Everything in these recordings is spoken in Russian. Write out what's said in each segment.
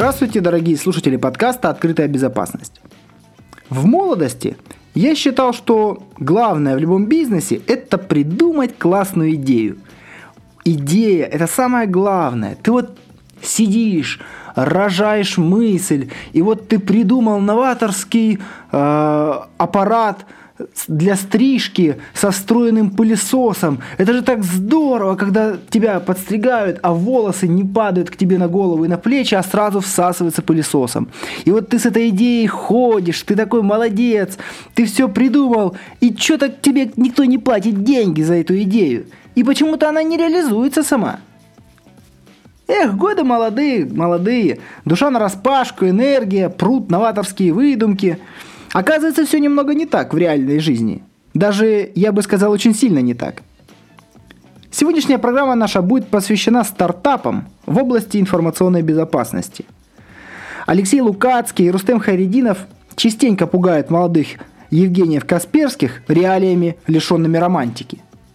Здравствуйте, дорогие слушатели подкаста «Открытая безопасность». В молодости я считал, что главное в любом бизнесе – это придумать классную идею. Идея – это самое главное. Ты вот сидишь, рожаешь мысль, и вот ты придумал новаторский аппарат для стрижки со встроенным пылесосом. Это же так здорово, когда тебя подстригают, а волосы не падают к тебе на голову и на плечи, а сразу всасываются пылесосом. И вот ты с этой идеей ходишь, ты такой молодец, ты все придумал, и что-то тебе никто не платит деньги за эту идею. И почему-то она не реализуется сама. Эх, годы молодые, душа нараспашку, энергия, пруд, новаторские выдумки. Оказывается, все немного не так в реальной жизни. Даже, я бы сказал, очень сильно не так. Сегодняшняя программа наша будет посвящена стартапам в области информационной безопасности. Алексей Лукацкий и Рустем Хайретдинов частенько пугают молодых Евгениев Касперских реалиями, лишенными романтики.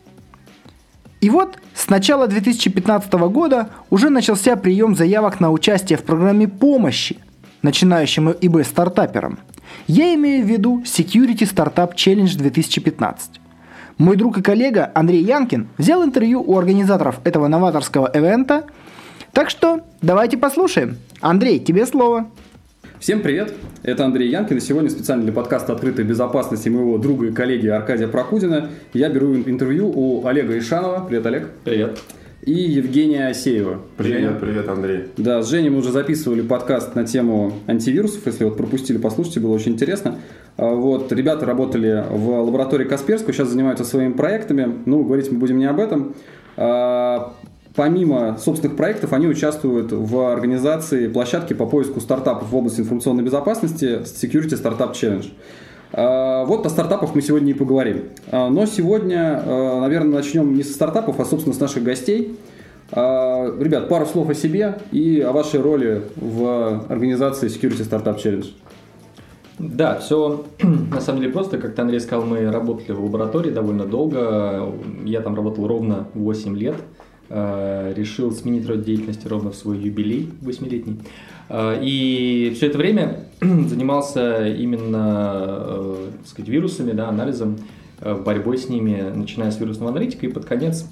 И вот с начала 2015 года уже начался прием заявок на участие в программе помощи начинающим ИБ-стартаперам. Я имею в виду Security Startup Challenge 2015. Мой друг и коллега Андрей Янкин взял интервью у организаторов этого новаторского ивента. Так что давайте послушаем. Андрей, тебе слово. Всем привет, это Андрей Янкин, и сегодня специально для подкаста «Открытая безопасность» моего друга и коллеги Аркадия Прокудина я беру интервью у Олега Ишанова. Привет, Олег. Привет. И Евгения Асеева. Привет, Андрей. Да, с Женей мы уже записывали подкаст на тему антивирусов. Если вот пропустили, послушайте, было очень интересно. Вот, ребята работали в лаборатории Касперского, сейчас занимаются своими проектами. Говорить мы будем не об этом. Помимо собственных проектов, они участвуют в организации площадки по поиску стартапов в области информационной безопасности Security Startup Challenge. Вот о стартапах мы сегодня и поговорим. Но сегодня, наверное, начнем не со стартапов, а, собственно, с наших гостей. Ребят, пару слов о себе и о вашей роли в организации Security Startup Challenge. Да, все на самом деле просто. Как Андрей сказал, мы работали в лаборатории довольно долго. Я там работал ровно 8 лет. Решил сменить род деятельности ровно в свой юбилей 8-летний. И все это время занимался именно вирусами, да, анализом, борьбой с ними, начиная с вирусного аналитика и под конец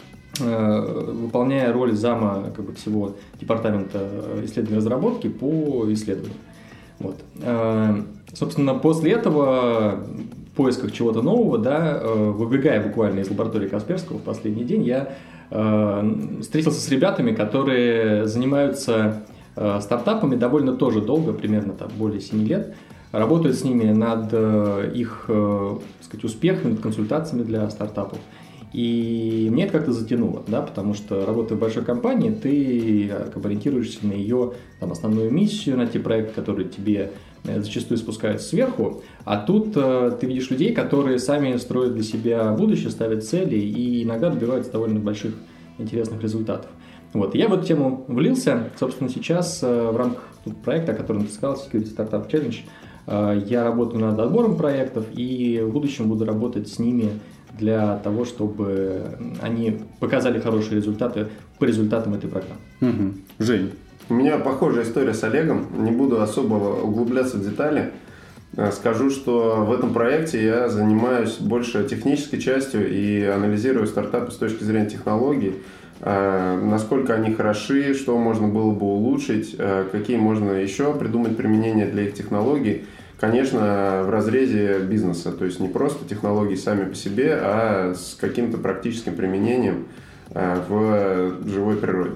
выполняя роль зама всего департамента исследований и разработки по исследованию. Вот. Собственно, после этого в поисках чего-то нового, да, выбегая буквально из лаборатории Касперского в последний день, я встретился с ребятами, которые занимаются стартапами довольно тоже долго, примерно более 7 лет, работают с ними над их успехами, над консультациями для стартапов. И мне это как-то затянуло, да, потому что, работая в большой компании, ты ориентируешься на ее основную миссию, на те проекты, которые тебе зачастую спускаются сверху, а тут ты видишь людей, которые сами строят для себя будущее, ставят цели и иногда добиваются довольно больших интересных результатов. Вот. Я в эту тему влился. Собственно, сейчас в рамках проекта, о котором ты сказал, Security Startup Challenge, я работаю над отбором проектов и в будущем буду работать с ними для того, чтобы они показали хорошие результаты по результатам этой программы. Угу. Жень. У меня похожая история с Олегом. Не буду особо углубляться в детали. Скажу, что в этом проекте я занимаюсь больше технической частью и анализирую стартапы с точки зрения технологий. Насколько они хороши, что можно было бы улучшить, какие можно еще придумать применения для их технологий. Конечно, в разрезе бизнеса, то есть не просто технологии сами по себе, а с каким-то практическим применением в живой природе.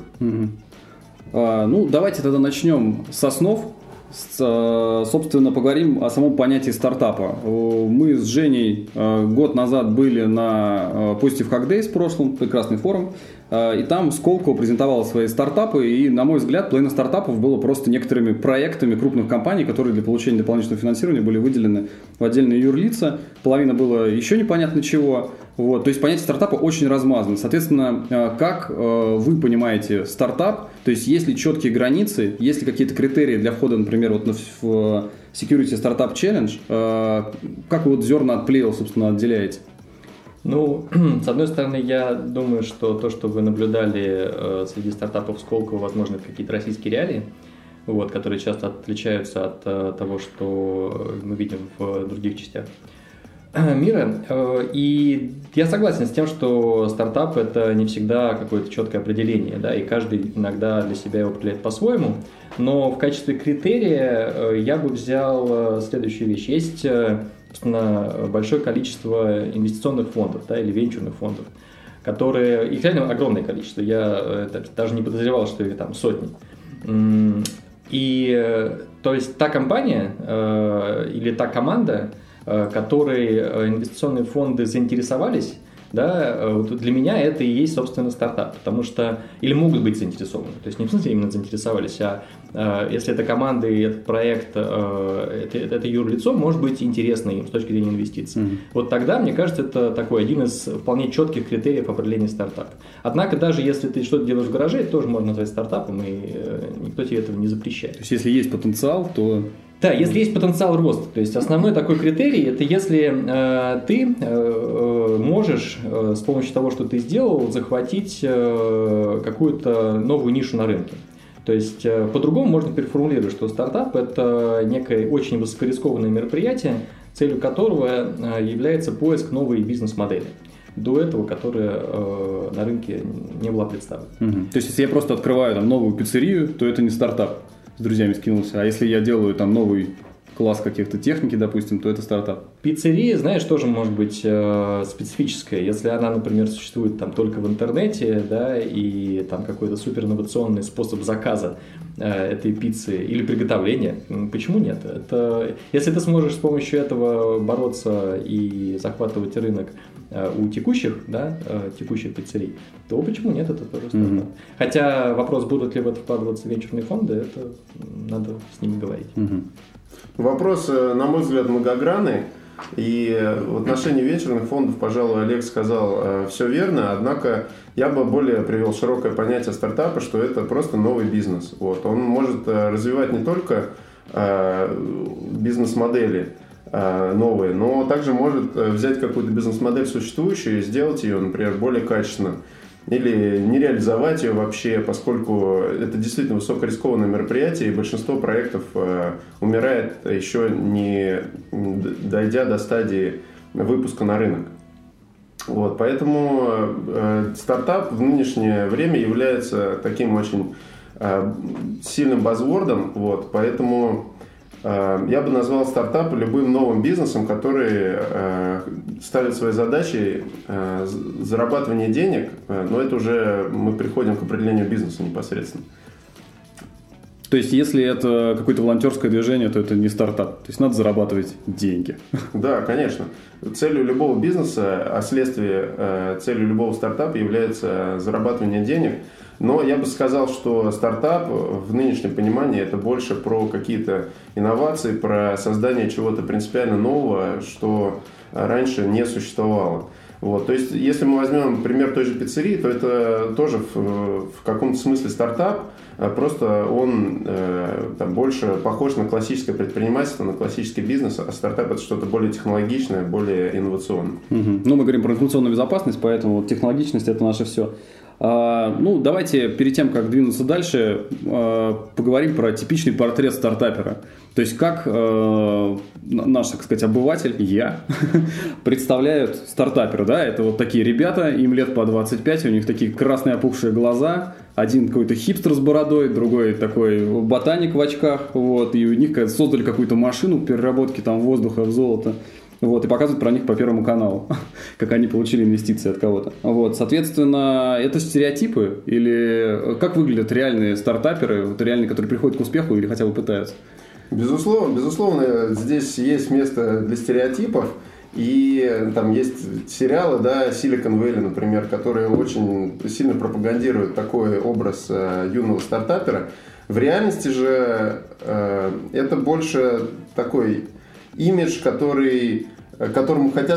Давайте тогда начнем с основ. Собственно, поговорим о самом понятии стартапа. Мы с Женей год назад были на Positive Hack Days в прошлом, прекрасный форум, и там Сколково презентовала свои стартапы, и, на мой взгляд, половина стартапов было просто некоторыми проектами крупных компаний, которые для получения дополнительного финансирования были выделены в отдельные юрлица, половина было еще непонятно чего. Вот, то есть понятие стартапа очень размазано. Соответственно, как вы понимаете стартап? То есть есть ли четкие границы, есть ли какие-то критерии для входа, например, в Security Startup Challenge? Как вы зерна от плевел, собственно, отделяете? С одной стороны, я думаю, что то, что вы наблюдали среди стартапов Сколково, возможно, это какие-то российские реалии. вот, которые часто отличаются от того, что мы видим в других частях мира. И я согласен с тем, что стартап – это не всегда какое-то четкое определение, да, и каждый иногда для себя его определяет по-своему. Но в качестве критерия я бы взял следующую вещь. Есть, собственно, большое количество инвестиционных фондов, да, или венчурных фондов, которые, их реально огромное количество. Я даже не подозревал, что их там сотни. И то есть та компания или та команда, которой инвестиционные фонды заинтересовались, да, вот для меня это и есть, собственно, стартап, потому что, или могут быть заинтересованы, то есть не в смысле именно заинтересовались, а если это команда и этот проект, это юрлицо, может быть интересно им с точки зрения инвестиций. Вот тогда, мне кажется, это такой один из вполне четких критериев определения стартапа. Однако, даже если ты что-то делаешь в гараже, это тоже можно назвать стартапом, и никто тебе этого не запрещает. То есть, если есть потенциал, то... Да, если есть потенциал роста, то есть основной такой критерий – это если ты можешь с помощью того, что ты сделал, захватить какую-то новую нишу на рынке. То есть по-другому можно переформулировать, что стартап – это некое очень высокорискованное мероприятие, целью которого является поиск новой бизнес-модели, до этого, которая на рынке не была представлена. То есть, если я просто открываю там новую пиццерию, то это не стартап. С друзьями скинулся. А если я делаю там новый класс каких-то техники, допустим, то это стартап. Пиццерия, знаешь, тоже может быть специфическая. Если она, например, существует там только в интернете, да, и там какой-то суперинновационный способ заказа этой пиццы или приготовления, почему нет? Если ты сможешь с помощью этого бороться и захватывать рынок у текущих пиццерий, то почему нет, это тоже стартап. Хотя вопрос, будут ли в это вкладываться венчурные фонды, это надо с ними говорить. Вопрос, на мой взгляд, многогранный. И в отношении венчурных фондов, пожалуй, Олег сказал все верно. Однако я бы более привел широкое понятие стартапа, что это просто новый бизнес. Вот. Он может развивать не только бизнес-модели новые, но также может взять какую-то бизнес-модель существующую и сделать ее, например, более качественно. Или не реализовать ее вообще, поскольку это действительно высокорискованное мероприятие, и большинство проектов умирает, еще не дойдя до стадии выпуска на рынок. Вот, поэтому стартап в нынешнее время является таким очень сильным базвордом. Вот, поэтому я бы назвал стартап любым новым бизнесом, который ставит своей задачей зарабатывание денег, но это уже мы приходим к определению бизнеса непосредственно. То есть, если это какое-то волонтерское движение, то это не стартап. То есть, надо зарабатывать деньги. Да, конечно. Целью любого бизнеса, а следствие целью любого стартапа является зарабатывание денег. Но я бы сказал, что стартап в нынешнем понимании это больше про какие-то инновации, про создание чего-то принципиально нового, что раньше не существовало. Вот. То есть, если мы возьмем пример той же пиццерии, то это тоже в каком-то смысле стартап, просто он там, больше похож на классическое предпринимательство, на классический бизнес, а стартап это что-то более технологичное, более инновационное. Ну, мы говорим про информационную безопасность, поэтому вот технологичность это наше все. Ну, давайте перед тем, как двинуться дальше, поговорим про типичный портрет стартапера. То есть, как наш, так сказать, обыватель, я, представляют стартапера. Да? Это вот такие ребята, им лет по 25, у них такие красные опухшие глаза. Один какой-то хипстер с бородой, другой такой ботаник в очках. Вот, и у них создали какую-то машину переработки там, воздуха в золото. Вот, и показывают про них по Первому каналу, как они получили инвестиции от кого-то. Вот, соответственно, это стереотипы или как выглядят реальные стартаперы, вот реальные, которые приходят к успеху или хотя бы пытаются? Безусловно, здесь есть место для стереотипов. И там есть сериалы, да, Silicon Valley, например, которые очень сильно пропагандируют такой образ юного стартапера. В реальности же это больше такой имидж, к которому хотят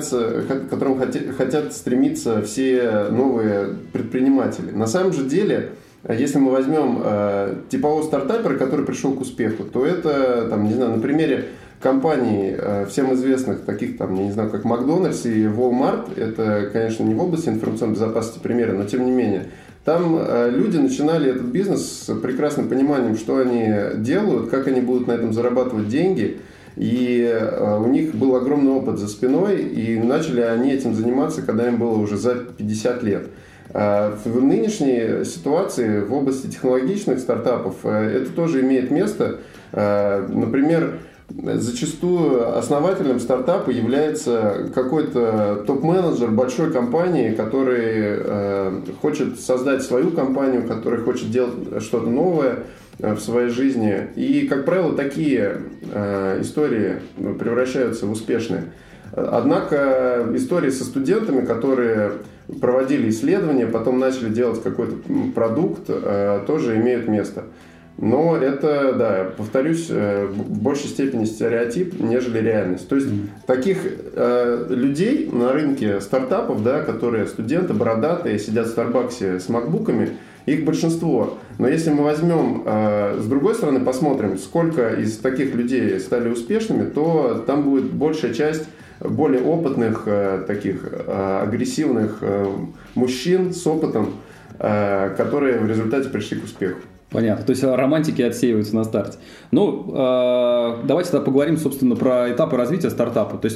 стремиться все новые предприниматели. На самом же деле, если мы возьмем типового стартапера, который пришел к успеху, то это, там, не знаю, на примере компаний, всем известных, таких, там, я не знаю, как Макдональдс и Walmart, это, конечно, не в области информационной безопасности примеры, но тем не менее, Там люди начинали этот бизнес с прекрасным пониманием, что они делают, как они будут на этом зарабатывать деньги. И у них был огромный опыт за спиной, и начали они этим заниматься, когда им было уже за 50 лет. В нынешней ситуации в области технологичных стартапов это тоже имеет место. Например, зачастую основателем стартапа является какой-то топ-менеджер большой компании, который хочет создать свою компанию, который хочет делать что-то новое в своей жизни. И, как правило, такие истории превращаются в успешные. Однако истории со студентами, которые проводили исследования, потом начали делать какой-то продукт, тоже имеют место. Но это, да, повторюсь, в большей степени стереотип, нежели реальность. То есть таких людей на рынке стартапов, да, которые студенты, бородатые, сидят в Старбаксе с макбуками, их большинство. Но если мы возьмем, с другой стороны, посмотрим, сколько из таких людей стали успешными, то там будет большая часть более опытных, таких агрессивных мужчин с опытом, которые в результате пришли к успеху. Понятно. То есть романтики отсеиваются на старте. Ну, давайте тогда поговорим, собственно, про этапы развития стартапа. То есть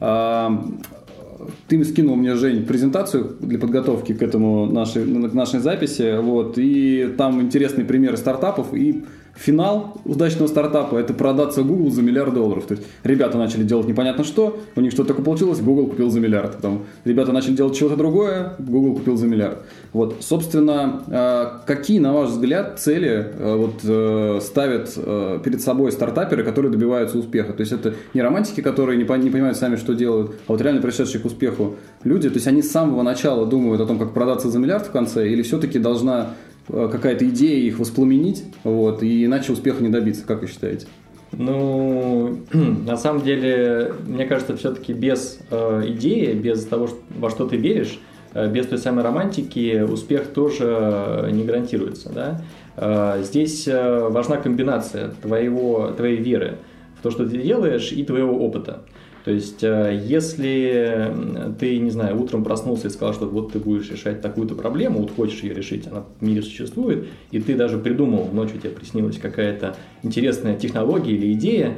ты скинул мне, Жень, презентацию для подготовки к этому нашей записи. Вот, и там интересные примеры стартапов. И финал удачного стартапа – это продаться Google за $1 миллиард. То есть ребята начали делать непонятно что, у них что-то такое получилось, Google купил за $1 миллиард. Потом ребята начали делать чего-то другое, Google купил за $1 миллиард. Вот, собственно, какие, на ваш взгляд, цели ставят перед собой стартаперы, которые добиваются успеха? То есть это не романтики, которые не понимают сами, что делают, а вот реально пришедшие к успеху люди. То есть они с самого начала думают о том, как продаться за $1 миллиард в конце, или все-таки должна какая-то идея их воспламенить, вот, и иначе успеха не добиться, как вы считаете? Ну, на самом деле, мне кажется, все-таки без идеи, без того, во что ты веришь, без той самой романтики успех тоже не гарантируется, да? Здесь важна комбинация твоей веры в то, что ты делаешь, и твоего опыта. То есть, если ты, не знаю, утром проснулся и сказал, что вот ты будешь решать такую-то проблему, вот хочешь ее решить, она в мире существует, и ты даже придумал, ночью тебе приснилась какая-то интересная технология или идея,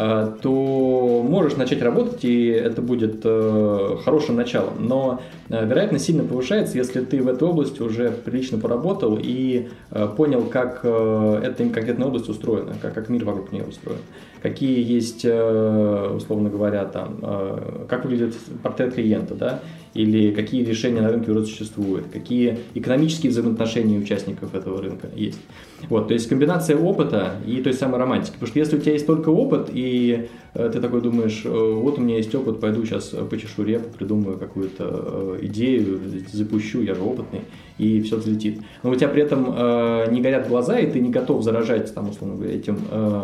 то можешь начать работать, и это будет хорошим началом. Но вероятность сильно повышается, если ты в этой области уже прилично поработал и понял, как эта конкретная область устроена, как мир вокруг нее устроен. Какие есть, условно говоря, там, как выглядит портрет клиента, да, или какие решения на рынке уже существуют, какие экономические взаимоотношения участников этого рынка есть. Вот, то есть комбинация опыта и той самой романтики. Потому что если у тебя есть только опыт, и ты такой думаешь, вот у меня есть опыт, пойду сейчас почешу репу, придумаю какую-то идею, запущу, я же опытный, и все взлетит. Но у тебя при этом не горят глаза, и ты не готов заражать, там, условно говоря, этим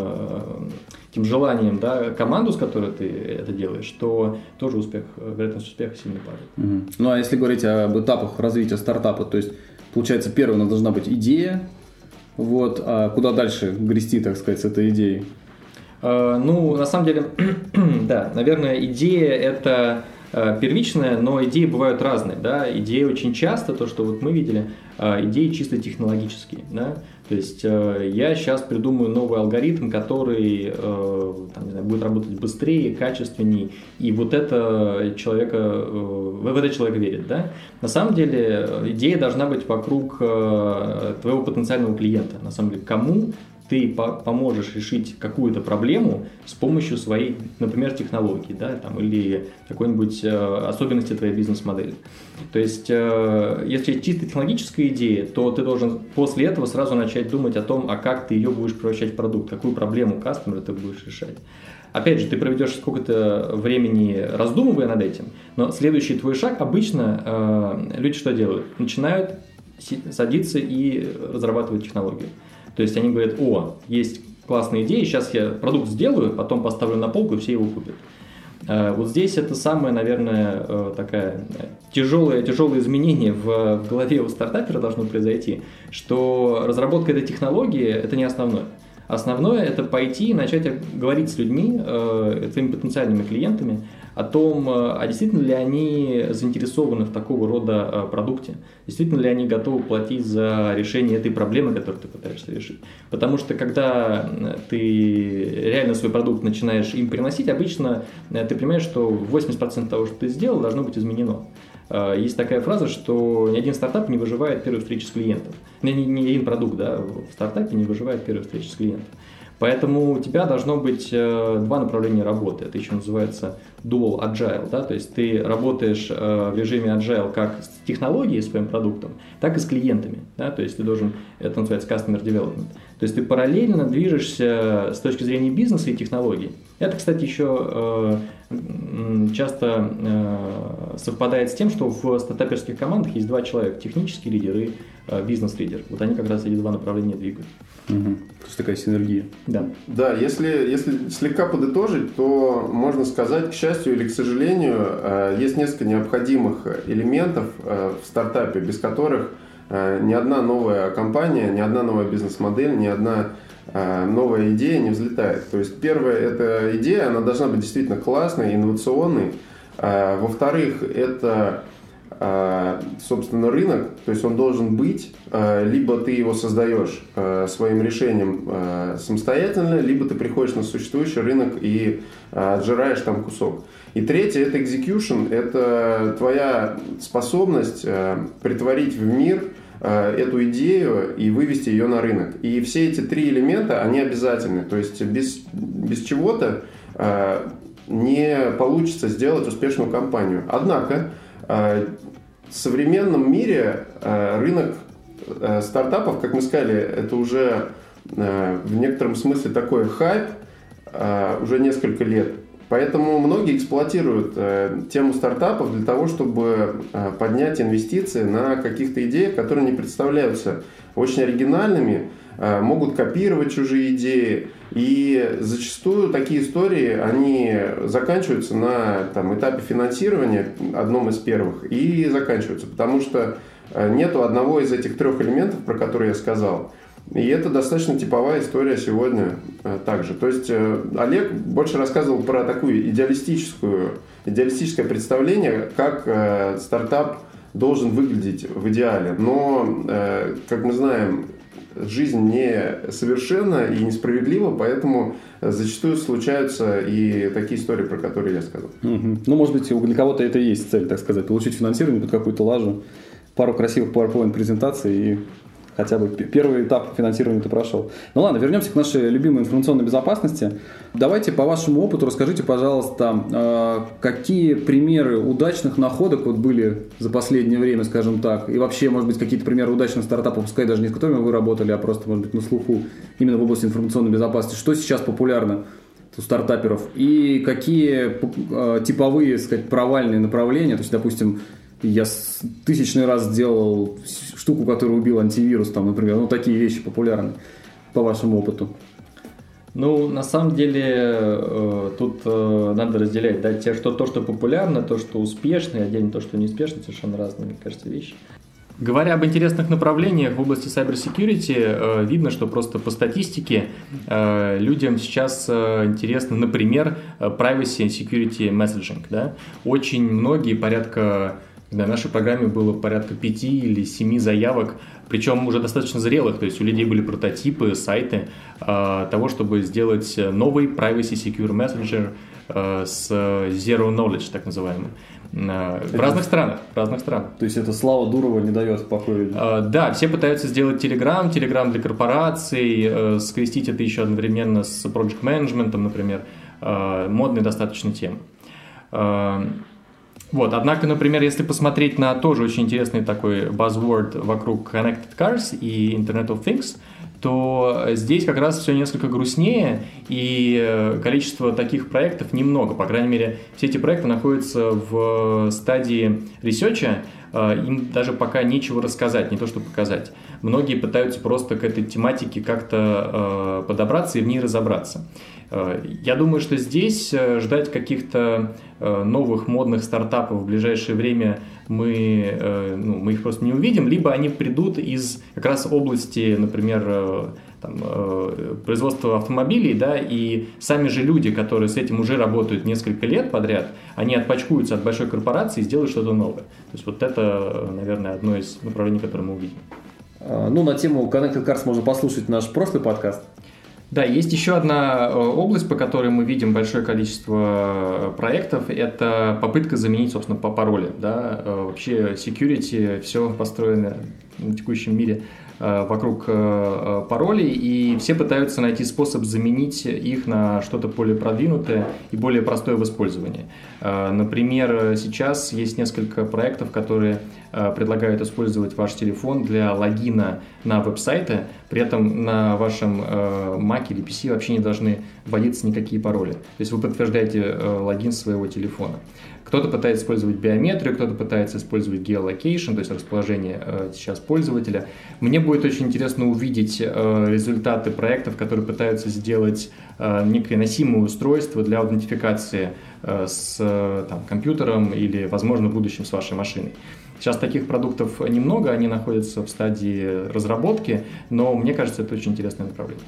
желанием, да, команду, с которой ты это делаешь, то тоже вероятность успеха сильно падает. Ну, а если говорить об этапах развития стартапа, то есть, получается, первое, у нас должна быть идея, вот, а куда дальше грести, так сказать, с этой идеей? Ну, на самом деле, да, наверное, идея – это первичная, но идеи бывают разные, да, идеи очень часто, то, что вот мы видели, идеи чисто технологические, да, то есть я сейчас придумаю новый алгоритм, который там, не знаю, будет работать быстрее, качественнее, и вот это человек верит, да. На самом деле идея должна быть вокруг твоего потенциального клиента, на самом деле, кому ты поможешь решить какую-то проблему с помощью своей, например, технологии, да, там, или какой-нибудь особенности твоей бизнес-модели. То есть, если чисто технологическая идея, то ты должен после этого сразу начать думать о том, а как ты ее будешь превращать в продукт, какую проблему кастомера ты будешь решать. Опять же, ты проведешь сколько-то времени, раздумывая над этим, но следующий твой шаг обычно люди что делают? Начинают садиться и разрабатывать технологию. То есть они говорят, есть классная идея, сейчас я продукт сделаю, потом поставлю на полку, и все его купят. Вот здесь это самое, наверное, такое тяжелое изменение в голове у стартапера должно произойти, что разработка этой технологии – это не основное. Основное – это пойти и начать говорить с людьми, своими потенциальными клиентами о том, а действительно ли они заинтересованы в такого рода продукте, действительно ли они готовы платить за решение этой проблемы, которую ты пытаешься решить. Потому что когда ты реально свой продукт начинаешь им приносить, обычно ты понимаешь, что 80% того, что ты сделал, должно быть изменено. Есть такая фраза, что ни один стартап не выживает первой встречи с клиентом. Ни один продукт, да, в стартапе не выживает первой встречи с клиентом. Поэтому у тебя должно быть два направления работы. Это еще называется dual agile, да? То есть ты работаешь в режиме agile как с технологией, с своим продуктом, так и с клиентами. Да? То есть ты должен, это называется customer development. То есть ты параллельно движешься с точки зрения бизнеса и технологий. Это, кстати, еще часто совпадает с тем, что в стартаперских командах есть два человека: технический лидер и бизнес-лидер. Вот они как раз эти два направления двигают. Угу. То есть такая синергия. Да. Да, если слегка подытожить, то можно сказать, к счастью или к сожалению, есть несколько необходимых элементов в стартапе, без которых ни одна новая компания, ни одна новая бизнес-модель, ни одна новая идея не взлетает. То есть первая – это идея, она должна быть действительно классной, инновационной. Во-вторых, это, собственно, рынок, то есть он должен быть, либо ты его создаешь своим решением самостоятельно, либо ты приходишь на существующий рынок и отжираешь там кусок. И третье – это execution, это твоя способность притворить в мир эту идею и вывести ее на рынок. И все эти три элемента, они обязательны. То есть без чего-то не получится сделать успешную компанию. Однако в современном мире рынок стартапов, как мы сказали, это уже в некотором смысле такой хайп уже несколько лет. Поэтому многие эксплуатируют тему стартапов для того, чтобы поднять инвестиции на каких-то идеях, которые не представляются очень оригинальными, могут копировать чужие идеи. И зачастую такие истории, они заканчиваются на этапе финансирования, одном из первых, и заканчиваются, потому что нету одного из этих трех элементов, про которые я сказал. И это достаточно типовая история сегодня также. То есть Олег больше рассказывал про такую идеалистическое представление, как стартап должен выглядеть в идеале. Но, как мы знаем, жизнь не совершенна и несправедлива, поэтому зачастую случаются и такие истории, про которые я сказал. Угу. Ну, может быть, для кого-то это и есть цель, так сказать, получить финансирование под какую-то лажу, пару красивых PowerPoint-презентаций и хотя бы первый этап финансирования ты прошел. Ну ладно, вернемся к нашей любимой информационной безопасности. Давайте по вашему опыту расскажите, пожалуйста, какие примеры удачных находок были за последнее время, скажем так, и вообще, может быть, какие-то примеры удачных стартапов, пускай даже не с которыми вы работали, а просто, может быть, на слуху именно в области информационной безопасности. Что сейчас популярно у стартаперов и какие типовые, сказать, провальные направления, то есть, допустим, я 1000-й раз сделал штуку, которая убила антивирус, например. Такие вещи популярны по вашему опыту. На самом деле, тут надо разделять, да, то, что популярно, то, что успешно, и отдельно то, что неуспешно, совершенно разные, мне кажется, вещи. Говоря об интересных направлениях в области cybersecurity, видно, что просто по статистике людям сейчас интересно, например, privacy and security messaging. Да? Очень многие, в нашей программе было порядка 5 или 7 заявок, причем уже достаточно зрелых, то есть у людей были прототипы, сайты того, чтобы сделать новый privacy secure messenger с zero knowledge, так называемый. В разных странах. То есть это Слава Дурова не дает покоя? Да, все пытаются сделать Telegram для корпораций, скрестить это еще одновременно с project management, например. Модные достаточно темы. Однако, например, если посмотреть на тоже очень интересный такой buzzword вокруг Connected Cars и Internet of Things, то здесь как раз все несколько грустнее, и количество таких проектов немного. По крайней мере, все эти проекты находятся в стадии ресерча, им даже пока нечего рассказать, не то что показать. Многие пытаются просто к этой тематике как-то подобраться и в ней разобраться. Я думаю, что здесь ждать каких-то новых модных стартапов в ближайшее время мы их просто не увидим, либо они придут из как раз области, например, производства автомобилей, да, и сами же люди, которые с этим уже работают несколько лет подряд, они отпочкуются от большой корпорации и сделают что-то новое. То есть вот это, наверное, одно из направлений, которое мы увидим. На тему Connected Cars можно послушать наш прошлый подкаст. Да, есть еще одна область, по которой мы видим большое количество проектов, это попытка заменить, собственно, пароли. Да? Вообще security, все построено в текущем мире вокруг паролей, и все пытаются найти способ заменить их на что-то более продвинутое и более простое в использовании. Например, сейчас есть несколько проектов, которые предлагают использовать ваш телефон для логина на веб-сайты, при этом на вашем Mac или PC вообще не должны вводиться никакие пароли. То есть вы подтверждаете логин своего телефона. Кто-то пытается использовать биометрию, кто-то пытается использовать geolocation, то есть расположение сейчас пользователя. Мне будет очень интересно увидеть результаты проектов, которые пытаются сделать некое носимое устройство для аутентификации с компьютером или, возможно, в будущем с вашей машиной. Сейчас таких продуктов немного, они находятся в стадии разработки, но мне кажется, это очень интересное направление.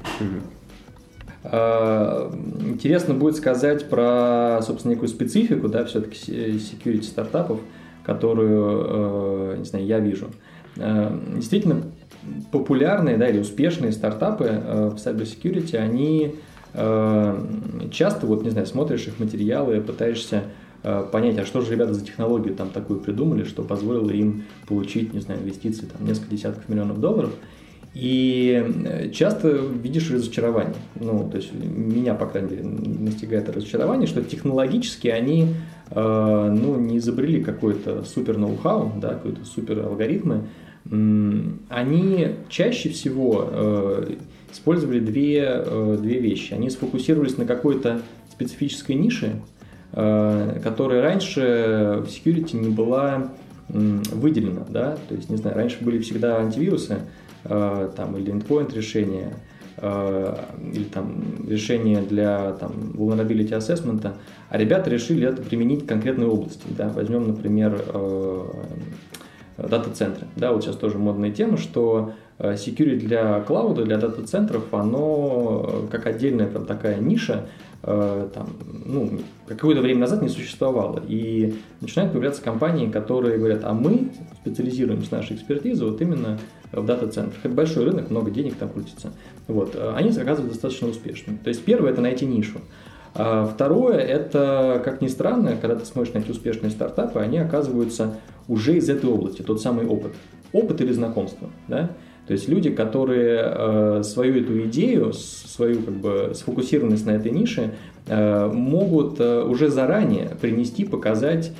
Интересно будет сказать про, собственно, некую специфику, да, все-таки security стартапов, которую, не знаю, я вижу. Действительно, популярные, да, или успешные стартапы в cybersecurity, они часто, вот, не знаю, смотришь их материалы, пытаешься понять, а что же ребята за технологию там такую придумали, что позволило им получить, не знаю, инвестиции там несколько десятков миллионов долларов. И часто видишь разочарование. То есть меня, по крайней мере, настигает разочарование, что технологически они не изобрели какой-то супер ноу-хау, да, какой-то супер алгоритмы. Они чаще всего использовали две вещи. Они сфокусировались на какой-то специфической нише, которая раньше в security не была выделена. Да? То есть, не знаю, раньше были всегда антивирусы, или endpoint решения, или решения для vulnerability assessment, а ребята решили это применить к конкретной области. Да? Возьмем, например, дата-центры. Да, вот сейчас тоже модная тема, что security для клауда, для дата-центров, оно как отдельная такая ниша, какое-то время назад не существовало. И начинают появляться компании, которые говорят, а мы специализируемся, наша экспертиза вот именно в дата-центрах. Это большой рынок, много денег там крутится. Вот. Они оказываются достаточно успешными. То есть первое – это найти нишу. А второе – это, как ни странно, когда ты смотришь на эти успешные стартапы, они оказываются уже из этой области, тот самый опыт. Опыт или знакомство, да? То есть люди, которые свою эту идею, свою сфокусированность на этой нише могут уже заранее принести, показать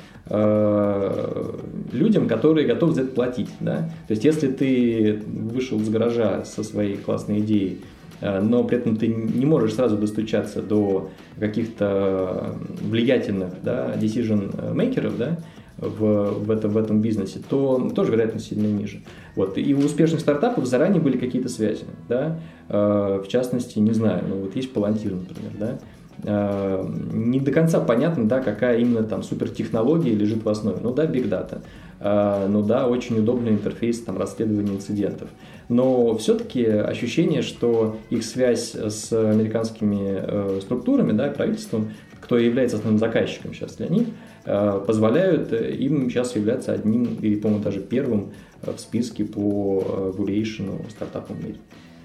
людям, которые готовы за это платить. Да? То есть если ты вышел из гаража со своей классной идеей, но при этом ты не можешь сразу достучаться до каких-то влиятельных, да, decision-мейкеров, да, в этом бизнесе, то тоже вероятность сильно ниже. Вот. И у успешных стартапов заранее были какие-то связи. Да? В частности, не знаю, есть Palantir, например. Да? Не до конца понятно, да, какая именно супертехнология лежит в основе. Big Data. Очень удобный интерфейс расследования инцидентов. Но все-таки ощущение, что их связь с американскими структурами, да, правительством, кто является основным заказчиком сейчас для них, позволяют им сейчас являться одним или, по-моему, даже первым в списке по valuation стартапам в мире.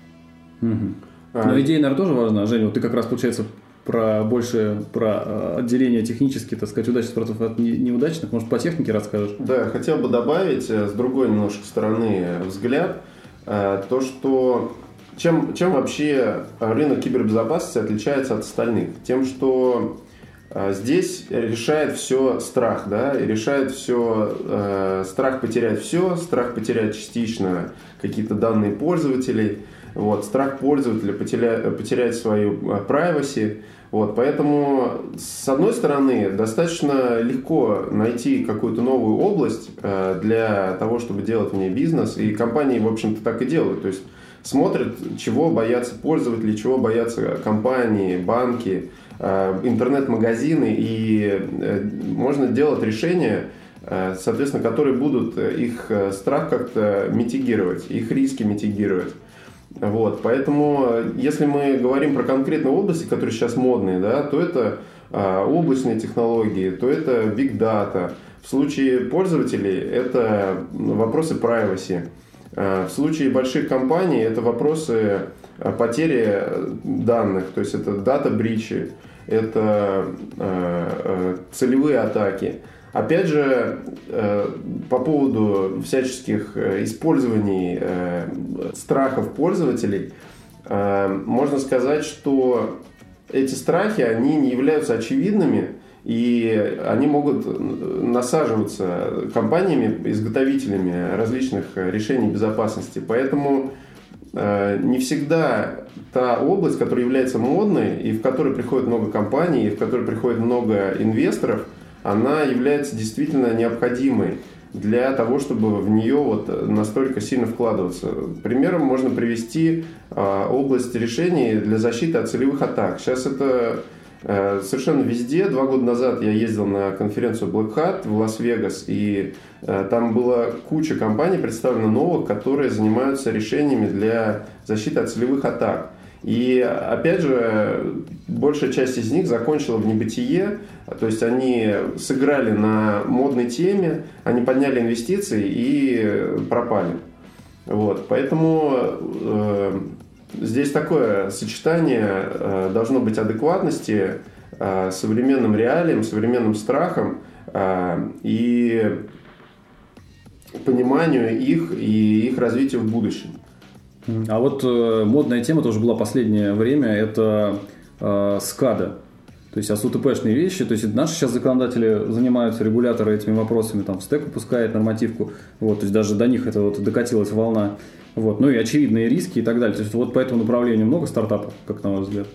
Но идея, наверное, тоже важна. Женя, ты как раз, получается, больше про отделение технически, так сказать, удачных стартапов от неудачных. Может, по технике расскажешь? Да, хотел бы добавить с другой немножко стороны взгляд, то, что чем вообще рынок кибербезопасности отличается от остальных? Тем, что здесь решает все страх, да, и решает все страх потерять все, страх потерять частично какие-то данные пользователей, вот, страх пользователя потерять свою privacy. Вот, поэтому, с одной стороны, достаточно легко найти какую-то новую область для того, чтобы делать в ней бизнес, и компании, в общем-то, так и делают. То есть смотрят, чего боятся пользователи, чего боятся компании, банки, интернет-магазины, и можно делать решения, соответственно, которые будут их страх как-то митигировать, их риски митигировать. Вот. Поэтому, если мы говорим про конкретные области, которые сейчас модные, да, то это облачные технологии, то это big data. В случае пользователей это вопросы privacy. В случае больших компаний это вопросы потери данных, то есть это дата-бричи, это целевые атаки. Опять же, по поводу всяческих использований страхов пользователей, можно сказать, что эти страхи, они не являются очевидными, и они могут насаживаться компаниями, изготовителями различных решений безопасности. Поэтому не всегда та область, которая является модной, и в которой приходит много компаний, и в которой приходит много инвесторов, она является действительно необходимой для того, чтобы в нее вот настолько сильно вкладываться. Примером можно привести область решений для защиты от целевых атак. Сейчас это совершенно везде. 2 года назад я ездил на конференцию Black Hat в Лас-Вегас, и там была куча компаний представлена новых, которые занимаются решениями для защиты от целевых атак. И опять же, большая часть из них закончила в небытие, то есть они сыграли на модной теме, они подняли инвестиции и пропали. Вот. Поэтому здесь такое сочетание должно быть адекватности современным реалиям, современным страхам и пониманию их и их развитию в будущем. А вот модная тема тоже была последнее время, это SCADA, то есть АСУТПшные вещи, то есть наши сейчас законодатели занимаются, регуляторы этими вопросами, там в стек выпускает нормативку, вот, то есть даже до них это вот докатилась волна, вот, ну и очевидные риски и так далее, то есть вот по этому направлению много стартапов, как на ваш взгляд?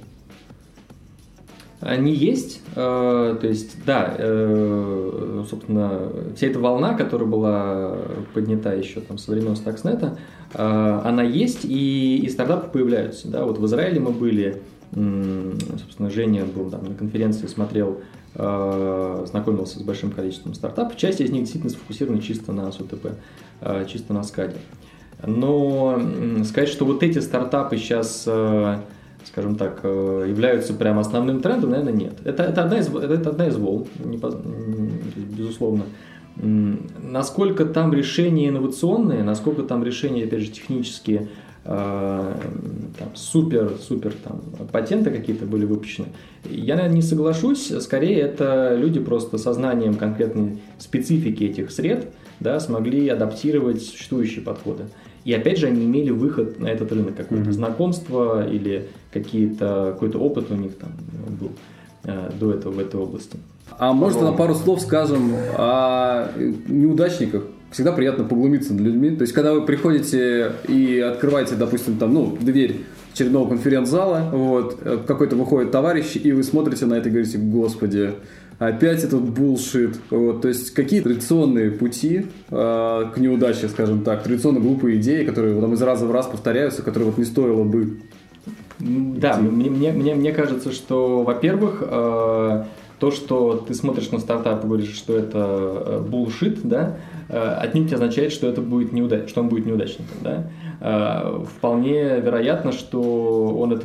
Они есть, то есть, да, собственно, вся эта волна, которая была поднята еще там со времен Stuxnet, она есть, и стартапы появляются, да, вот в Израиле мы были, собственно, Женя был там на конференции, смотрел, знакомился с большим количеством стартапов, часть из них действительно сфокусирована чисто на СУТП, чисто на SCADA, но сказать, что вот эти стартапы сейчас, скажем так, являются прямо основным трендом, наверное, нет. Это одна из волн, безусловно. Насколько там решения инновационные, насколько там решения, опять же, технические, там, супер там, патенты какие-то были выпущены, я, наверное, не соглашусь. Скорее, это люди просто сознанием конкретной специфики этих сред, да, смогли адаптировать существующие подходы. И опять же, они имели выход на этот рынок, какое-то знакомство или какой-то опыт у них там был до этого в этой области. А может, на пару слов скажем о неудачниках? Всегда приятно поглумиться над людьми. То есть, когда вы приходите и открываете, допустим, там, дверь очередного конференц-зала, вот, какой-то выходит товарищ, и вы смотрите на это и говорите: «Господи, опять этот булшит». Вот, то есть, какие традиционные пути к неудаче, скажем так, традиционно глупые идеи, которые там из раза в раз повторяются, которые вот не стоило бы. Да, мне кажется, что, во-первых, то, что ты смотришь на стартап и говоришь, что это bullshit, да, отнюдь не означает, что это будет что он будет неудачником, да. Вполне вероятно, что он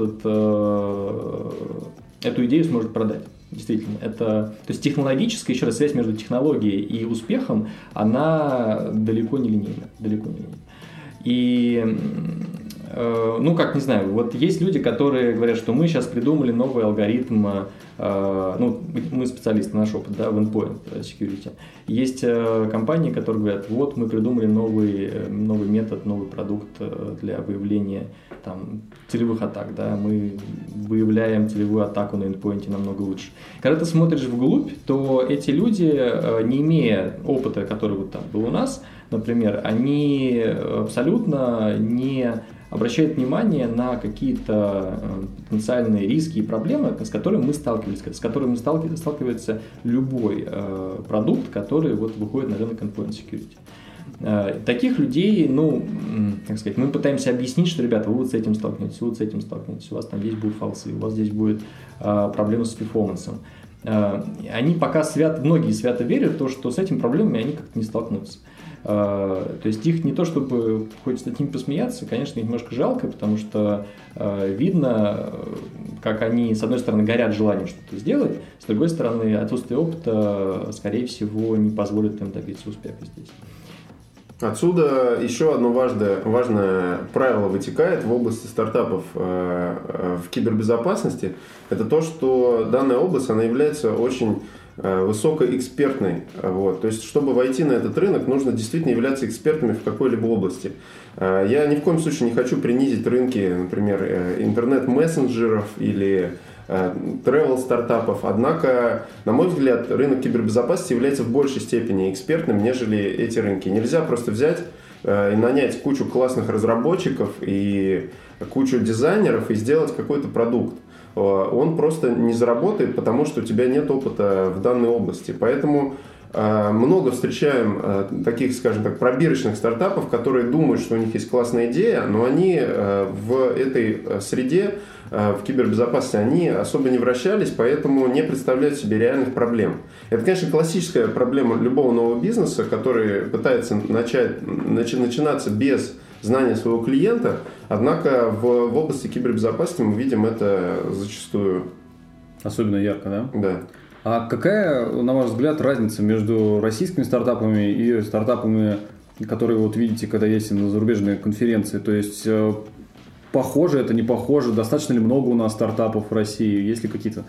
эту идею сможет продать. Действительно, то есть технологическая, еще раз, связь между технологией и успехом, она далеко не линейна. И, как, не знаю, вот есть люди, которые говорят, что мы сейчас придумали новый алгоритм, мы специалисты, наш опыт, да, в endpoint security. Есть компании, которые говорят: вот мы придумали новый метод, новый продукт для выявления там целевых атак, да, мы выявляем целевую атаку на endpoint намного лучше. Когда ты смотришь вглубь, то эти люди, не имея опыта, который вот там был у нас, например, они абсолютно не обращают внимание на какие-то потенциальные риски и проблемы, с которыми мы сталкивались, с которыми сталкивается любой продукт, который вот выходит на рынок endpoint security. Таких людей, как сказать, мы пытаемся объяснить, что, ребята, вы вот с этим столкнетесь, вы вот с этим столкнетесь, у вас там здесь будут фалсы, у вас здесь будет проблемы с перформансом. Они пока многие свято верят в то, что с этими проблемами они как-то не столкнутся. То есть их не то, чтобы хочется над ними посмеяться, конечно, их немножко жалко, потому что видно, как они, с одной стороны, горят желанием что-то сделать, с другой стороны, отсутствие опыта, скорее всего, не позволит им добиться успеха здесь. Отсюда еще одно важное правило вытекает в области стартапов в кибербезопасности. Это то, что данная область, она является очень высокоэкспертной. Вот. То есть, чтобы войти на этот рынок, нужно действительно являться экспертами в какой-либо области. Я ни в коем случае не хочу принизить рынки, например, интернет-мессенджеров или travel-стартапов. Однако, на мой взгляд, рынок кибербезопасности является в большей степени экспертным, нежели эти рынки. Нельзя просто взять и нанять кучу классных разработчиков и кучу дизайнеров и сделать какой-то продукт. Он просто не заработает, потому что у тебя нет опыта в данной области. Поэтому много встречаем таких, скажем так, пробирочных стартапов, которые думают, что у них есть классная идея, но они в этой среде, в кибербезопасности, они особо не вращались, поэтому не представляют себе реальных проблем. Это, конечно, классическая проблема любого нового бизнеса, который пытается начинаться без знания своего клиента, однако в области кибербезопасности мы видим это зачастую. Особенно ярко, да? Да. А какая, на ваш взгляд, разница между российскими стартапами и стартапами, которые вот видите, когда ездите на зарубежные конференции? То есть, похоже это, не похоже? Достаточно ли много у нас стартапов в России? Есть ли какие-то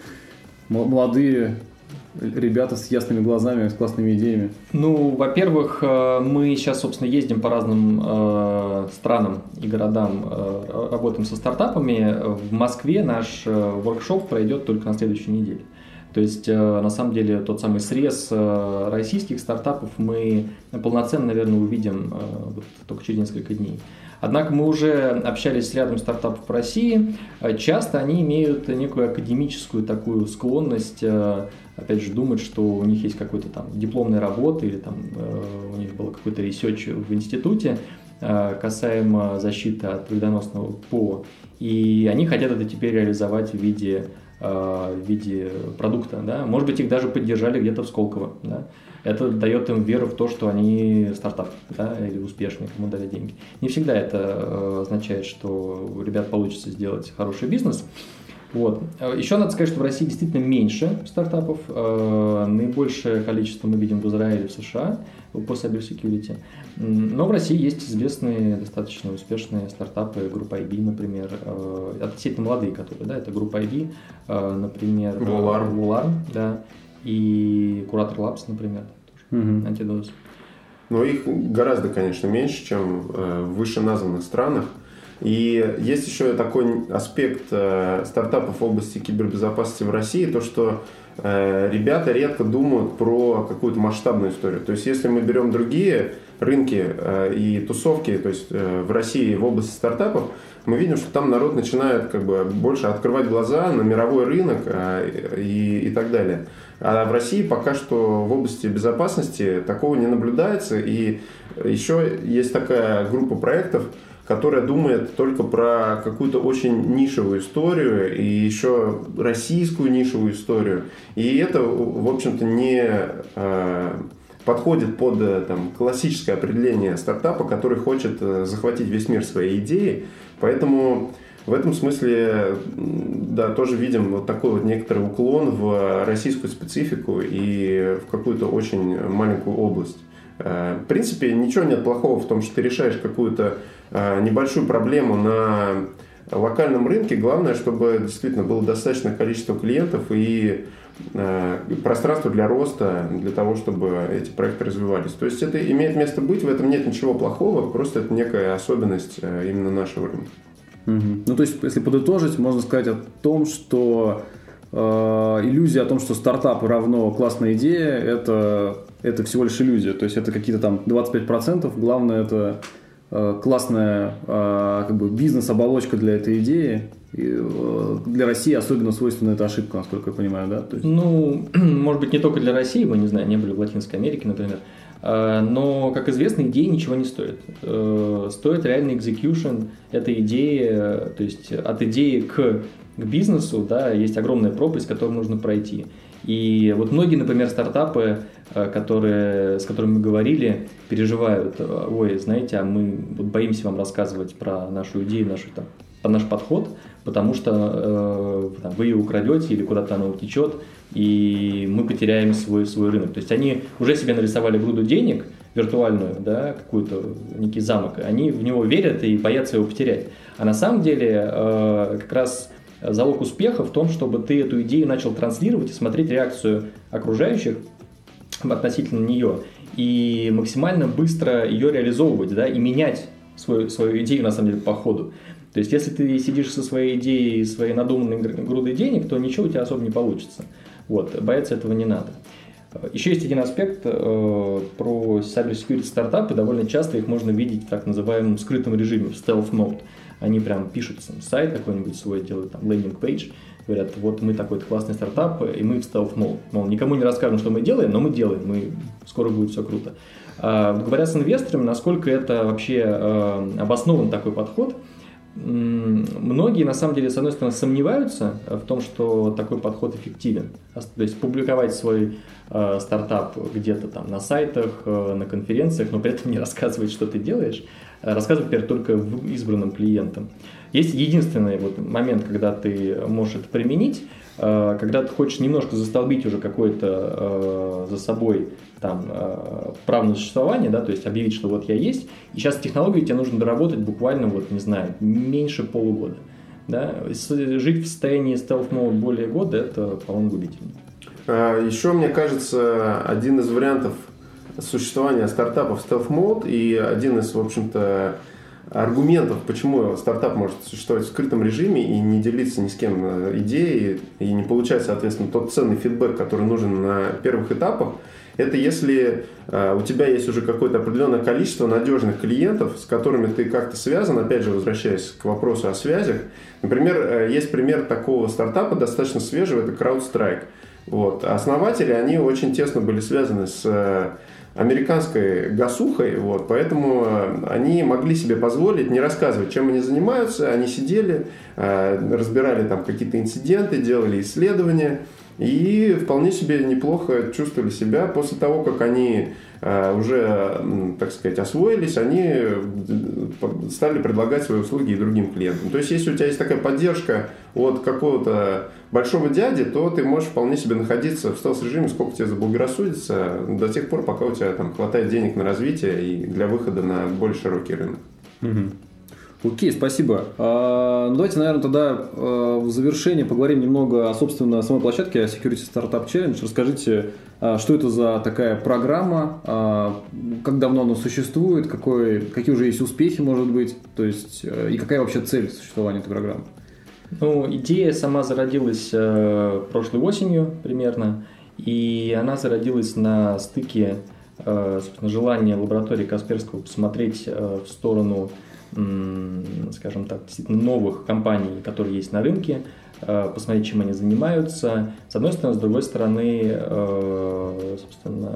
молодые ребята с ясными глазами, с классными идеями? Во-первых, мы сейчас, собственно, ездим по разным странам и городам, работаем со стартапами. В Москве наш воркшоп пройдет только на следующей неделе. То есть, на самом деле, тот самый срез российских стартапов мы полноценно, наверное, увидим только через несколько дней. Однако мы уже общались с рядом стартапов в России. Часто они имеют некую академическую такую склонность, опять же, думать, что у них есть какой-то там дипломная работа или там у них был какой-то ресерч в институте касаемо защиты от вредоносного ПО. И они хотят это теперь реализовать в виде продукта, да? Может быть, их даже поддержали где-то в Сколково, да? Это дает им веру в то, что они стартап, да, или успешные, кому дали деньги. Не всегда это означает, что у ребят получится сделать хороший бизнес. Вот. Еще надо сказать, что в России действительно меньше стартапов. Наибольшее количество мы видим в Израиле, в США по cybersecurity. Но в России есть известные, достаточно успешные стартапы, группа IB, например, относительно молодые, которые, да, это группа IB, например, Volar, да, и Curator Labs, например, тоже, Антидоз. Но их гораздо, конечно, меньше, чем в вышеназванных странах. И есть еще такой аспект стартапов в области кибербезопасности в России, то, что ребята редко думают про какую-то масштабную историю. То есть, если мы берем другие рынки и тусовки, то есть в России в области стартапов, мы видим, что там народ начинает как бы больше открывать глаза на мировой рынок и так далее. А в России пока что в области безопасности такого не наблюдается. И еще есть такая группа проектов, которая думает только про какую-то очень нишевую историю и еще российскую нишевую историю. И это, в общем-то, не подходит под классическое определение стартапа, который хочет захватить весь мир своей идеей. Поэтому в этом смысле, да, тоже видим вот такой вот некоторый уклон в российскую специфику и в какую-то очень маленькую область. В принципе, ничего нет плохого в том, что ты решаешь какую-то небольшую проблему на локальном рынке. Главное, чтобы действительно было достаточное количество клиентов и пространство для роста, для того, чтобы эти проекты развивались. То есть это имеет место быть, в этом нет ничего плохого, просто это некая особенность именно нашего рынка. Ну, то есть, если подытожить, можно сказать о том, что иллюзия о том, что стартап равно классная идея, это всего лишь иллюзия. То есть это какие-то там 25%. Главное, это классная как бы бизнес-оболочка для этой идеи. Для России особенно свойственна эта ошибка, насколько я понимаю, да? То есть... Ну, может быть, не только для России, мы, не знаю, не были в Латинской Америке, например. Но, как известно, идеи ничего не стоят. Стоит реальный execution этой идеи, то есть от идеи к бизнесу, да, есть огромная пропасть, которую нужно пройти. И вот многие, например, стартапы, с которыми мы говорили, переживают: ой, знаете, а мы вот боимся вам рассказывать про нашу идею, наш подход, потому что вы ее украдете или куда-то она утечет, и мы потеряем свой рынок. То есть они уже себе нарисовали груду денег виртуальную, да, какую-то, некий замок, они в него верят и боятся его потерять. А на самом деле как раз залог успеха в том, чтобы ты эту идею начал транслировать и смотреть реакцию окружающих относительно нее, и максимально быстро ее реализовывать, да, и менять свою идею на самом деле по ходу. То есть, если ты сидишь со своей идеей, своей надуманной грудой денег, то ничего у тебя особо не получится. Вот, бояться этого не надо. Еще есть один аспект про cybersecurity стартапы. Довольно часто их можно видеть в так называемом скрытом режиме, в stealth mode. Они прям пишут сайт какой-нибудь свой, делают там лендинг-пейдж, говорят: вот мы такой классный стартап, и мы в stealth mode. Мол, никому не расскажем, что мы делаем, но мы делаем, скоро будет все круто. Говоря с инвесторами, насколько это вообще обоснован такой подход, многие, на самом деле, с одной стороны, сомневаются в том, что такой подход эффективен. То есть публиковать свой стартап где-то там на сайтах, на конференциях, но при этом не рассказывать, что ты делаешь, рассказывать, например, только избранным клиентам. Есть единственный момент, когда ты можешь это применить, когда ты хочешь немножко застолбить уже какое-то за собой правное существование, да, то есть объявить, что вот я есть, и сейчас технологию тебе нужно доработать буквально, меньше полугода. Да? Жить в состоянии stealth-mode более года – это, по-моему, губительно. Еще, мне кажется, один из вариантов существования стартапов stealth-mode и один из, в общем-то, аргументов, почему стартап может существовать в скрытом режиме и не делиться ни с кем идеей и не получать, соответственно, тот ценный фидбэк, который нужен на первых этапах, это если у тебя есть уже какое-то определенное количество надежных клиентов, с которыми ты как-то связан, опять же, возвращаясь к вопросу о связях. Например, есть пример такого стартапа, достаточно свежего, это CrowdStrike. Основатели, они очень тесно были связаны с американской гасухой, поэтому они могли себе позволить не рассказывать, чем они занимаются. Они сидели, разбирали там какие-то инциденты, делали исследования и вполне себе неплохо чувствовали себя. После того, как они уже, так сказать, освоились, они стали предлагать свои услуги и другим клиентам. То есть, если у тебя есть такая поддержка от какого-то большого дяди, то ты можешь вполне себе находиться в стелс-режиме, сколько тебе заблагорассудится, до тех пор, пока у тебя там хватает денег на развитие и для выхода на более широкий рынок. Окей, спасибо. Давайте, наверное, тогда в завершение поговорим немного о, собственно, самой площадке Security Startup Challenge. Расскажите, что это за такая программа, как давно она существует, какие уже есть успехи, может быть, то есть, и какая вообще цель существования этой программы? Идея сама зародилась прошлой осенью примерно, и она зародилась на стыке, собственно, желания лаборатории Касперского посмотреть в сторону, скажем так, действительно новых компаний, которые есть на рынке, посмотреть, чем они занимаются, с одной стороны, с другой стороны, собственно,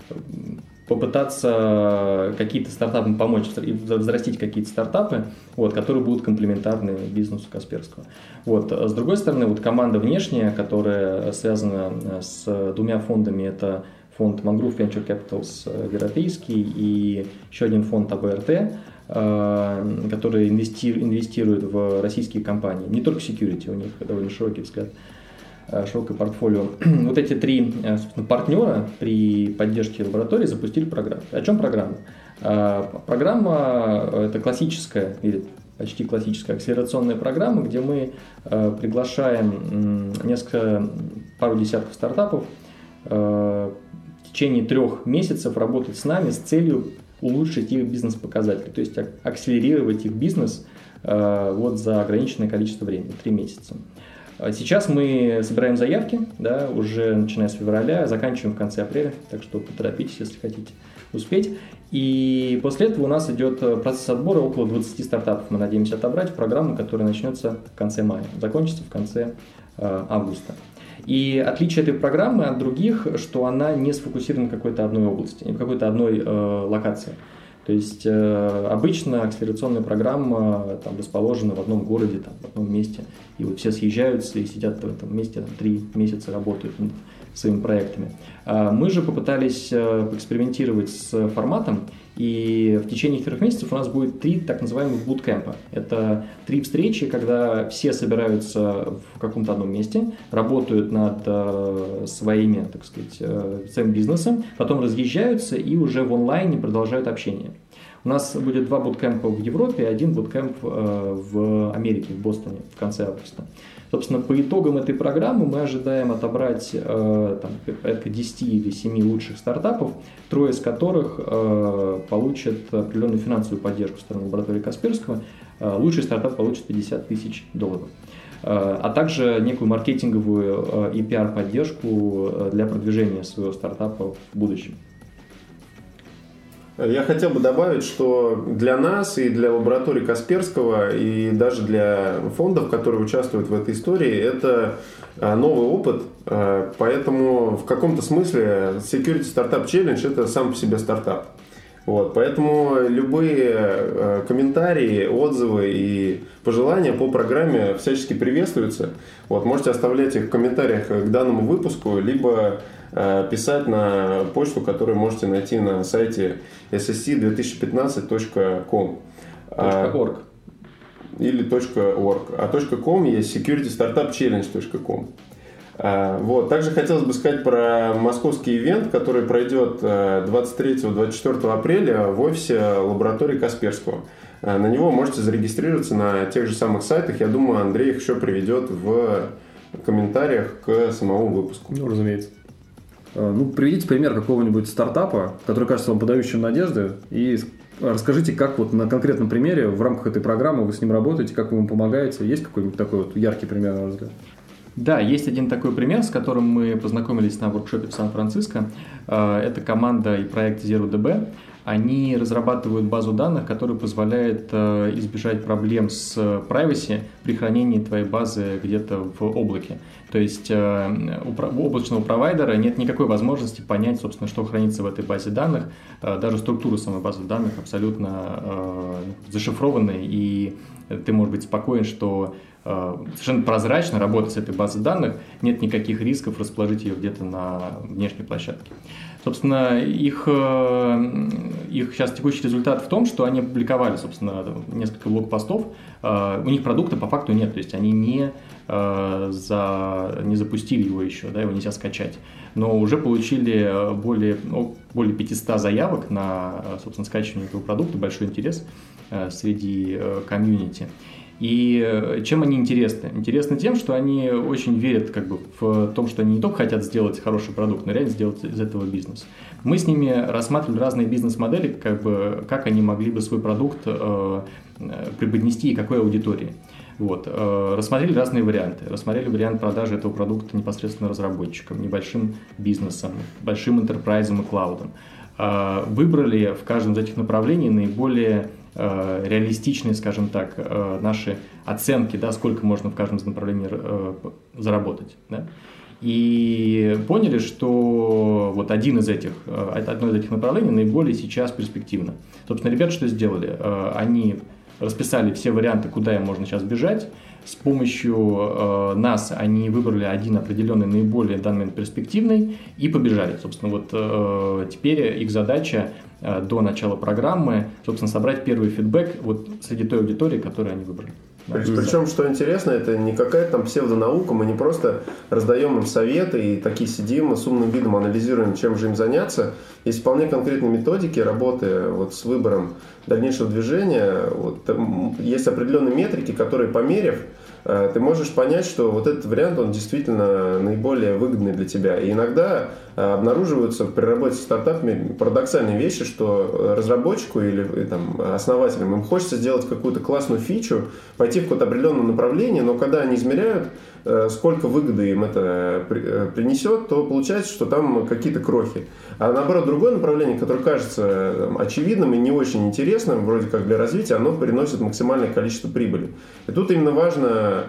попытаться какие-то стартапам помочь и взрастить какие-то стартапы, которые будут комплементарны бизнесу Касперского. С другой стороны, команда внешняя, которая связана с двумя фондами, это фонд Mangrove Venture Capitals европейский и еще один фонд АБРТ, который инвестирует в российские компании, не только security, у них довольно широкий взгляд, широкое портфолио. Эти три, собственно, партнера при поддержке лаборатории запустили программу. О чем программа? Программа – это классическая или почти классическая акселерационная программа, где мы приглашаем пару десятков стартапов в течение 3 месяцев работать с нами с целью улучшить их бизнес-показатели, то есть акселерировать их бизнес за ограниченное количество времени, 3 месяца. Сейчас мы собираем заявки, да, уже начиная с февраля, заканчиваем в конце апреля, так что поторопитесь, если хотите успеть. И после этого у нас идет процесс отбора, около 20 стартапов мы надеемся отобрать в программу, которая начнется в конце мая, закончится в конце августа. И отличие этой программы от других, что она не сфокусирована в какой-то одной области, в какой-то одной локации. То есть обычно акселерационная программа там расположена в одном городе, там, в одном месте, и вот все съезжаются и сидят в этом месте, там, 3 месяца работают над своими проектами. Мы же попытались поэкспериментировать с форматом, и в течение 4 месяцев у нас будет 3 так называемых буткемпа. Это 3 встречи, когда все собираются в каком-то одном месте, работают над своими, так сказать, своим бизнесом, потом разъезжаются и уже в онлайне продолжают общение. У нас будет 2 буткемпа в Европе, 1 буткемп в Америке, в Бостоне в конце августа. Собственно, по итогам этой программы мы ожидаем отобрать там, порядка 10 или 7 лучших стартапов, 3 из которых получат определенную финансовую поддержку со стороны лаборатории Касперского. Лучший стартап получит $50 тысяч, а также некую маркетинговую и пиар-поддержку для продвижения своего стартапа в будущем. Я хотел бы добавить, что для нас и для лаборатории Касперского, и даже для фондов, которые участвуют в этой истории, это новый опыт, поэтому в каком-то смысле Security Startup Challenge – это сам по себе стартап. Вот, поэтому любые комментарии, отзывы и пожелания по программе всячески приветствуются. Вот, можете оставлять их в комментариях к данному выпуску, либо писать на почту, которую можете найти на сайте ssc2015.com. .org. Или .org. А .com есть securitystartupchallenge.com. Вот. Также хотелось бы сказать про московский ивент, который пройдет 23-24 апреля в офисе лаборатории Касперского. На него можете зарегистрироваться на тех же самых сайтах. Я думаю, Андрей их еще приведет в комментариях к самому выпуску. Ну, разумеется. Ну, приведите пример какого-нибудь стартапа, который кажется вам подающим надежды, и расскажите, как вот на конкретном примере в рамках этой программы вы с ним работаете, как вы ему помогаете. Есть какой-нибудь такой вот яркий пример, на ваш взгляд? Да, есть один такой пример, с которым мы познакомились на воркшопе в Сан-Франциско. Это команда и проект ZeroDB. Они разрабатывают базу данных, которая позволяет избежать проблем с privacy при хранении твоей базы где-то в облаке. То есть у облачного провайдера нет никакой возможности понять, собственно, что хранится в этой базе данных. Даже структура самой базы данных абсолютно зашифрованная, и ты можешь быть спокоен, что совершенно прозрачно работать с этой базой данных, нет никаких рисков расположить ее где-то на внешней площадке. Собственно, их сейчас текущий результат в том, что они опубликовали, собственно, несколько блогпостов. У них продукта по факту нет, то есть они не запустили его еще, да, его нельзя скачать. Но уже получили более 500 заявок на, собственно, скачивание этого продукта, большой интерес среди комьюнити. И чем они интересны? Интересны тем, что они очень верят в том, что они не только хотят сделать хороший продукт, но реально сделать из этого бизнес. Мы с ними рассматривали разные бизнес-модели, как они могли бы свой продукт преподнести и какой аудитории. Вот. Рассмотрели разные варианты. Рассмотрели вариант продажи этого продукта непосредственно разработчикам, небольшим бизнесам, большим энтерпрайзам и клаудам. Выбрали в каждом из этих направлений наиболее реалистичные, скажем так, наши оценки, да, сколько можно в каждом из направлений заработать. Да? И поняли, что вот одно из этих направлений наиболее сейчас перспективно. Собственно, ребята что сделали? Они расписали все варианты, куда им можно сейчас бежать. С помощью нас они выбрали один определенный, наиболее в данный момент перспективный, и побежали. Собственно, вот теперь их задача до начала программы, собственно, собрать первый фидбэк вот среди той аудитории, которую они выбрали. Причем, что интересно, это не какая-то там псевдонаука, мы не просто раздаем им советы и такие сидим и с умным видом анализируем, чем же им заняться. Есть вполне конкретные методики работы вот с выбором дальнейшего движения. Вот, есть определенные метрики, которые, померив, ты можешь понять, что вот этот вариант, он действительно наиболее выгодный для тебя. И иногда обнаруживаются при работе с стартапами парадоксальные вещи, что разработчику или там, основателям им хочется сделать какую-то классную фичу, пойти в какое-то определенное направление, но когда они измеряют, сколько выгоды им это принесет, то получается, что там какие-то крохи. А наоборот, другое направление, которое кажется там, очевидным и не очень интересным, вроде как для развития, оно приносит максимальное количество прибыли. И тут именно важно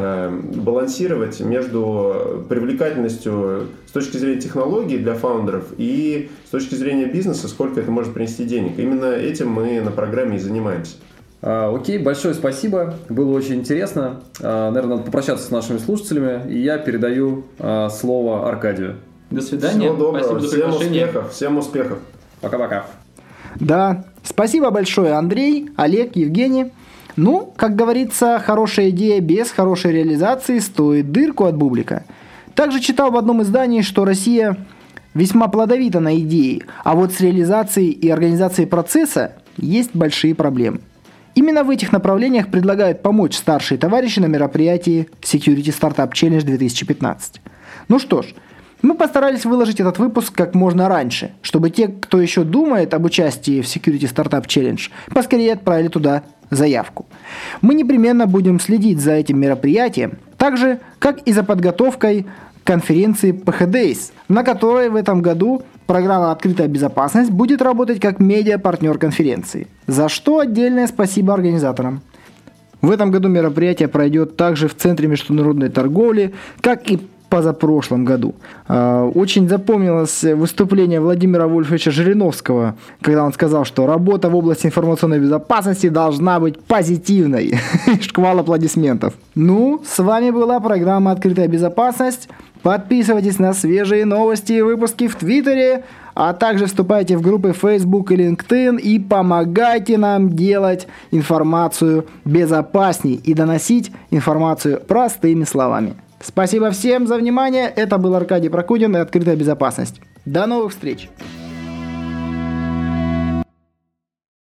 балансировать между привлекательностью с точки зрения технологий для фаундеров и с точки зрения бизнеса, сколько это может принести денег. Именно этим мы на программе и занимаемся. Окей, большое спасибо, было очень интересно. Наверное, надо попрощаться с нашими слушателями, и я передаю слово Аркадию. До свидания. Всего доброго, Спасибо за приглашение. Всем успехов. Пока-пока. Да, спасибо большое, Андрей, Олег, Евгений. Ну, как говорится, хорошая идея без хорошей реализации стоит дырку от бублика. Также читал в одном издании, что Россия весьма плодовита на идеи, а вот с реализацией и организацией процесса есть большие проблемы. Именно в этих направлениях предлагают помочь старшие товарищи на мероприятии Security Startup Challenge 2015. Ну что ж, мы постарались выложить этот выпуск как можно раньше, чтобы те, кто еще думает об участии в Security Startup Challenge, поскорее отправили туда заявку. Мы непременно будем следить за этим мероприятием, так же, как и за подготовкой конференции PHDays, на которой в этом году программа «Открытая безопасность» будет работать как медиа-партнер конференции, за что отдельное спасибо организаторам. В этом году мероприятие пройдет также в Центре международной торговли, как и позапрошлом году. Очень запомнилось выступление Владимира Вольфовича Жириновского, когда он сказал, что работа в области информационной безопасности должна быть позитивной. Шквал аплодисментов. Ну, с вами была программа «Открытая безопасность». Подписывайтесь на свежие новости и выпуски в Твиттере, а также вступайте в группы Facebook и LinkedIn и помогайте нам делать информацию безопасней и доносить информацию простыми словами. Спасибо всем за внимание. Это был Аркадий Прокудин и «Открытая безопасность». До новых встреч!